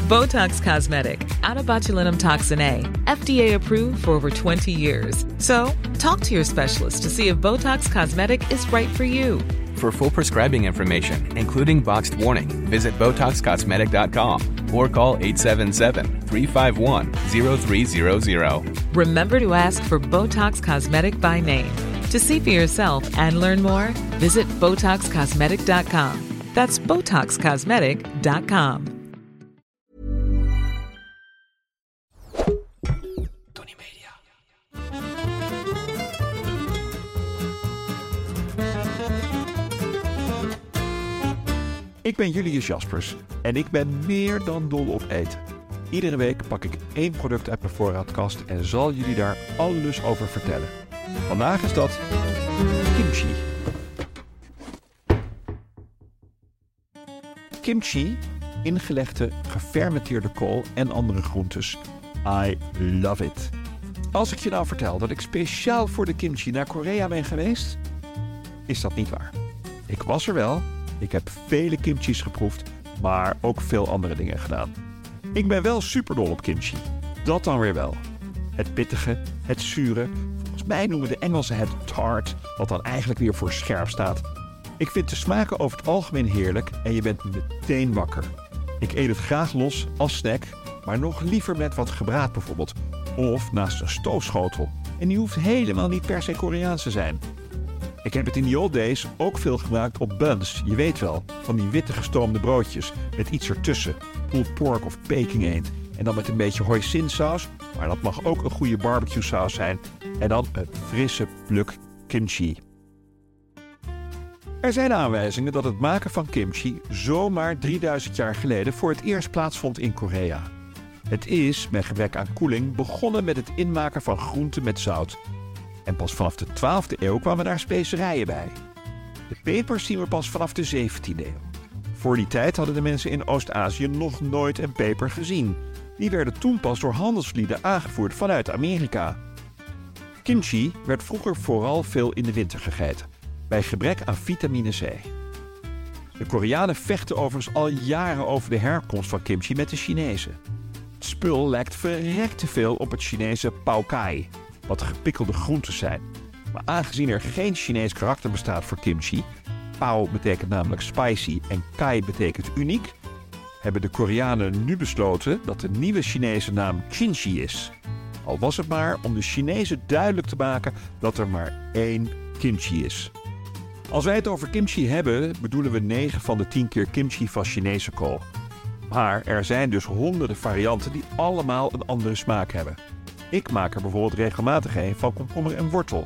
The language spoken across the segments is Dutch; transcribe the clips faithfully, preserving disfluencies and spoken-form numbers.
Botox Cosmetic, out of botulinum toxin A, F D A approved for over twenty years. So, talk to your specialist to see if Botox Cosmetic is right for you. For full prescribing information, including boxed warning, visit Botox Cosmetic dot com or call eight seven seven, three five one, zero three zero zero. Remember to ask for Botox Cosmetic by name. To see for yourself and learn more, visit Botox Cosmetic dot com. That's Botox Cosmetic dot com. Tony Media. Ik ben Julius Jaspers en ik ben meer dan dol op eten. Iedere week pak ik één product uit mijn voorraadkast en zal jullie daar alles over vertellen. Vandaag is dat kimchi. Kimchi, ingelegde gefermenteerde kool en andere groentes. I love it. Als ik je nou vertel dat ik speciaal voor de kimchi naar Korea ben geweest, is dat niet waar. Ik was er wel, ik heb vele kimchi's geproefd, maar ook veel andere dingen gedaan. Ik ben wel superdol op kimchi. Dat dan weer wel. Het pittige, het zure. Volgens mij noemen de Engelsen het tart, wat dan eigenlijk weer voor scherp staat. Ik vind de smaken over het algemeen heerlijk en je bent meteen wakker. Ik eet het graag los als snack, maar nog liever met wat gebraad bijvoorbeeld. Of naast een stoofschotel. En die hoeft helemaal niet per se Koreaans te zijn. Ik heb het in the old days ook veel gebruikt op buns. Je weet wel, van die witte gestoomde broodjes met iets ertussen. Pulled pork of Peking eend. En dan met een beetje hoisin saus, maar dat mag ook een goede barbecue saus zijn. En dan een frisse pluk kimchi. Er zijn aanwijzingen dat het maken van kimchi zomaar drieduizend jaar geleden voor het eerst plaatsvond in Korea. Het is, met gebrek aan koeling, begonnen met het inmaken van groenten met zout. En pas vanaf de twaalfde eeuw kwamen daar specerijen bij. De pepers zien we pas vanaf de zeventiende eeuw. Voor die tijd hadden de mensen in Oost-Azië nog nooit een peper gezien. Die werden toen pas door handelslieden aangevoerd vanuit Amerika. Kimchi werd vroeger vooral veel in de winter gegeten, bij gebrek aan vitamine C. De Koreanen vechten overigens al jaren over de herkomst van kimchi met de Chinezen. Het spul lijkt verrekt te veel op het Chinese pao kai, wat gepikkelde groentes zijn. Maar aangezien er geen Chinees karakter bestaat voor kimchi, pao betekent namelijk spicy en kai betekent uniek, hebben de Koreanen nu besloten dat de nieuwe Chinese naam kimchi is. Al was het maar om de Chinezen duidelijk te maken dat er maar één kimchi is. Als wij het over kimchi hebben, bedoelen we negen van de tien keer kimchi van Chinese kool. Maar er zijn dus honderden varianten die allemaal een andere smaak hebben. Ik maak er bijvoorbeeld regelmatig een van komkommer en wortel.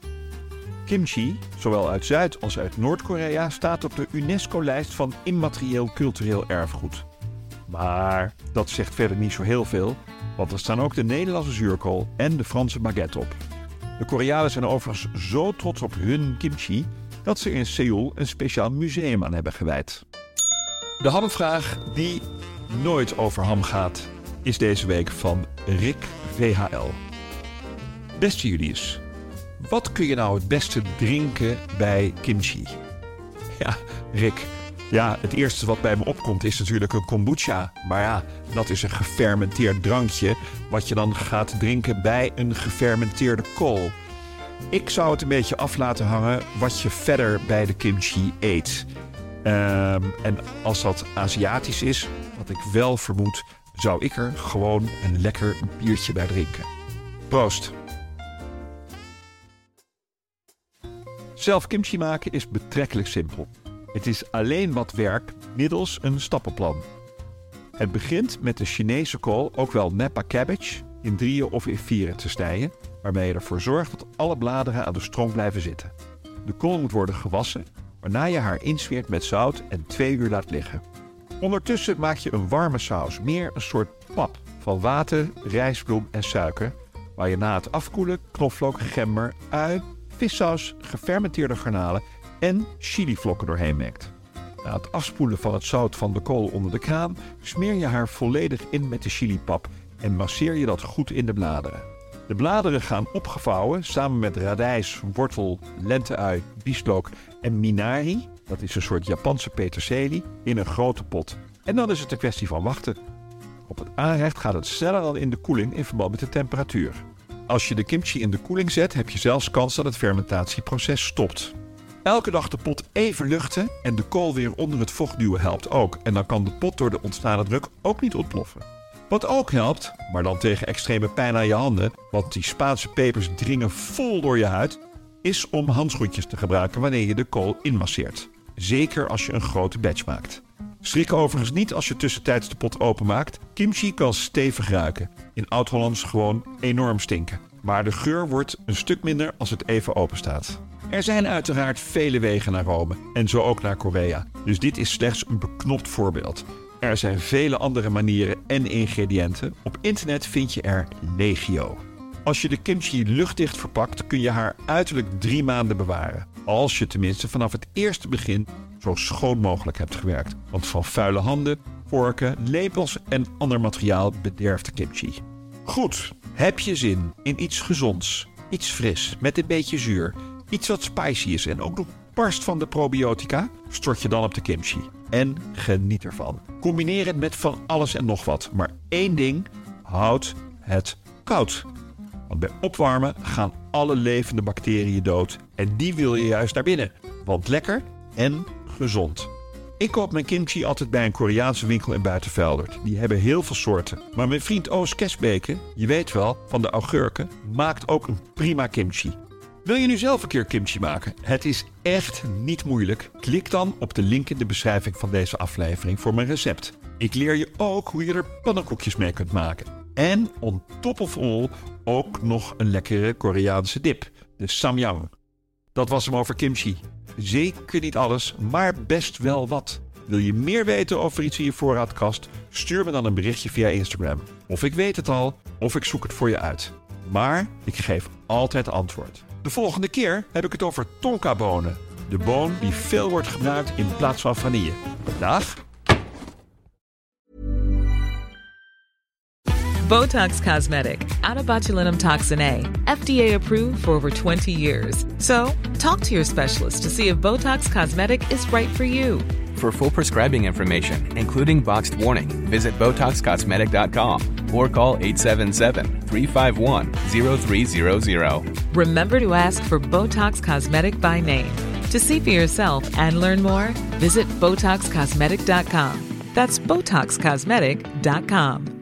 Kimchi, zowel uit Zuid- als uit Noord-Korea, staat op de UNESCO-lijst van immaterieel cultureel erfgoed. Maar dat zegt verder niet zo heel veel, want er staan ook de Nederlandse zuurkool en de Franse baguette op. De Koreanen zijn overigens zo trots op hun kimchi dat ze in Seoul een speciaal museum aan hebben gewijd. De hamvraag die nooit over ham gaat, is deze week van Rick V H L. Beste Julius, wat kun je nou het beste drinken bij kimchi? Ja, Rick, ja, het eerste wat bij me opkomt is natuurlijk een kombucha. Maar ja, dat is een gefermenteerd drankje wat je dan gaat drinken bij een gefermenteerde kool. Ik zou het een beetje af laten hangen wat je verder bij de kimchi eet. Um, en als dat Aziatisch is, wat ik wel vermoed, zou ik er gewoon een lekker biertje bij drinken. Proost! Zelf kimchi maken is betrekkelijk simpel. Het is alleen wat werk middels een stappenplan. Het begint met de Chinese kool, ook wel Napa cabbage, in drieën of in vieren te snijden, waarmee je ervoor zorgt dat alle bladeren aan de stroom blijven zitten. De kool moet worden gewassen, waarna je haar insmeert met zout en twee uur laat liggen. Ondertussen maak je een warme saus, meer een soort pap van water, rijstbloem en suiker, waar je na het afkoelen knoflook, gember, ui, vissaus, gefermenteerde garnalen en chilivlokken doorheen mengt. Na het afspoelen van het zout van de kool onder de kraan smeer je haar volledig in met de chilipap en masseer je dat goed in de bladeren. De bladeren gaan opgevouwen samen met radijs, wortel, lenteui, bieslook en minari, dat is een soort Japanse peterselie, in een grote pot. En dan is het een kwestie van wachten. Op het aanrecht gaat het sneller dan in de koeling in verband met de temperatuur. Als je de kimchi in de koeling zet, heb je zelfs kans dat het fermentatieproces stopt. Elke dag de pot even luchten en de kool weer onder het vocht duwen helpt ook. En dan kan de pot door de ontstaande druk ook niet ontploffen. Wat ook helpt, maar dan tegen extreme pijn aan je handen, want die Spaanse pepers dringen vol door je huid, is om handschoentjes te gebruiken wanneer je de kool inmasseert. Zeker als je een grote batch maakt. Schrik overigens niet als je tussentijds de pot openmaakt. Kimchi kan stevig ruiken. In Oud-Hollands gewoon enorm stinken. Maar de geur wordt een stuk minder als het even open staat. Er zijn uiteraard vele wegen naar Rome en zo ook naar Korea. Dus dit is slechts een beknopt voorbeeld. Er zijn vele andere manieren en ingrediënten. Op internet vind je er legio. Als je de kimchi luchtdicht verpakt, kun je haar uiterlijk drie maanden bewaren. Als je tenminste vanaf het eerste begin zo schoon mogelijk hebt gewerkt. Want van vuile handen, vorken, lepels en ander materiaal bederft de kimchi. Goed, heb je zin in iets gezonds, iets fris, met een beetje zuur, iets wat spicy is en ook nog barst van de probiotica? Stort je dan op de kimchi. En geniet ervan. Combineer het met van alles en nog wat. Maar één ding, houd het koud. Want bij opwarmen gaan alle levende bacteriën dood. En die wil je juist naar binnen. Want lekker en gezond. Ik koop mijn kimchi altijd bij een Koreaanse winkel in Buitenveldert. Die hebben heel veel soorten. Maar mijn vriend Oos Kesbeke, je weet wel, van de augurken, maakt ook een prima kimchi. Wil je nu zelf een keer kimchi maken? Het is echt niet moeilijk. Klik dan op de link in de beschrijving van deze aflevering voor mijn recept. Ik leer je ook hoe je er pannenkoekjes mee kunt maken. En on top of all ook nog een lekkere Koreaanse dip, de samyang. Dat was hem over kimchi. Zeker niet alles, maar best wel wat. Wil je meer weten over iets in je voorraadkast? Stuur me dan een berichtje via Instagram. Of ik weet het al, of ik zoek het voor je uit. Maar ik geef altijd antwoord. De volgende keer heb ik het over tonkabonen. De boon die veel wordt gebruikt in plaats van vanille. Dag! Botox Cosmetic, out of botulinum toxin A, F D A approved for over twenty years. So, talk to your specialist to see if Botox Cosmetic is right for you. For full prescribing information, including boxed warning, visit Botox Cosmetic dot com or call eight seven seven, three five one, zero three zero zero. Remember to ask for Botox Cosmetic by name. To see for yourself and learn more, visit Botox Cosmetic dot com. That's Botox Cosmetic dot com.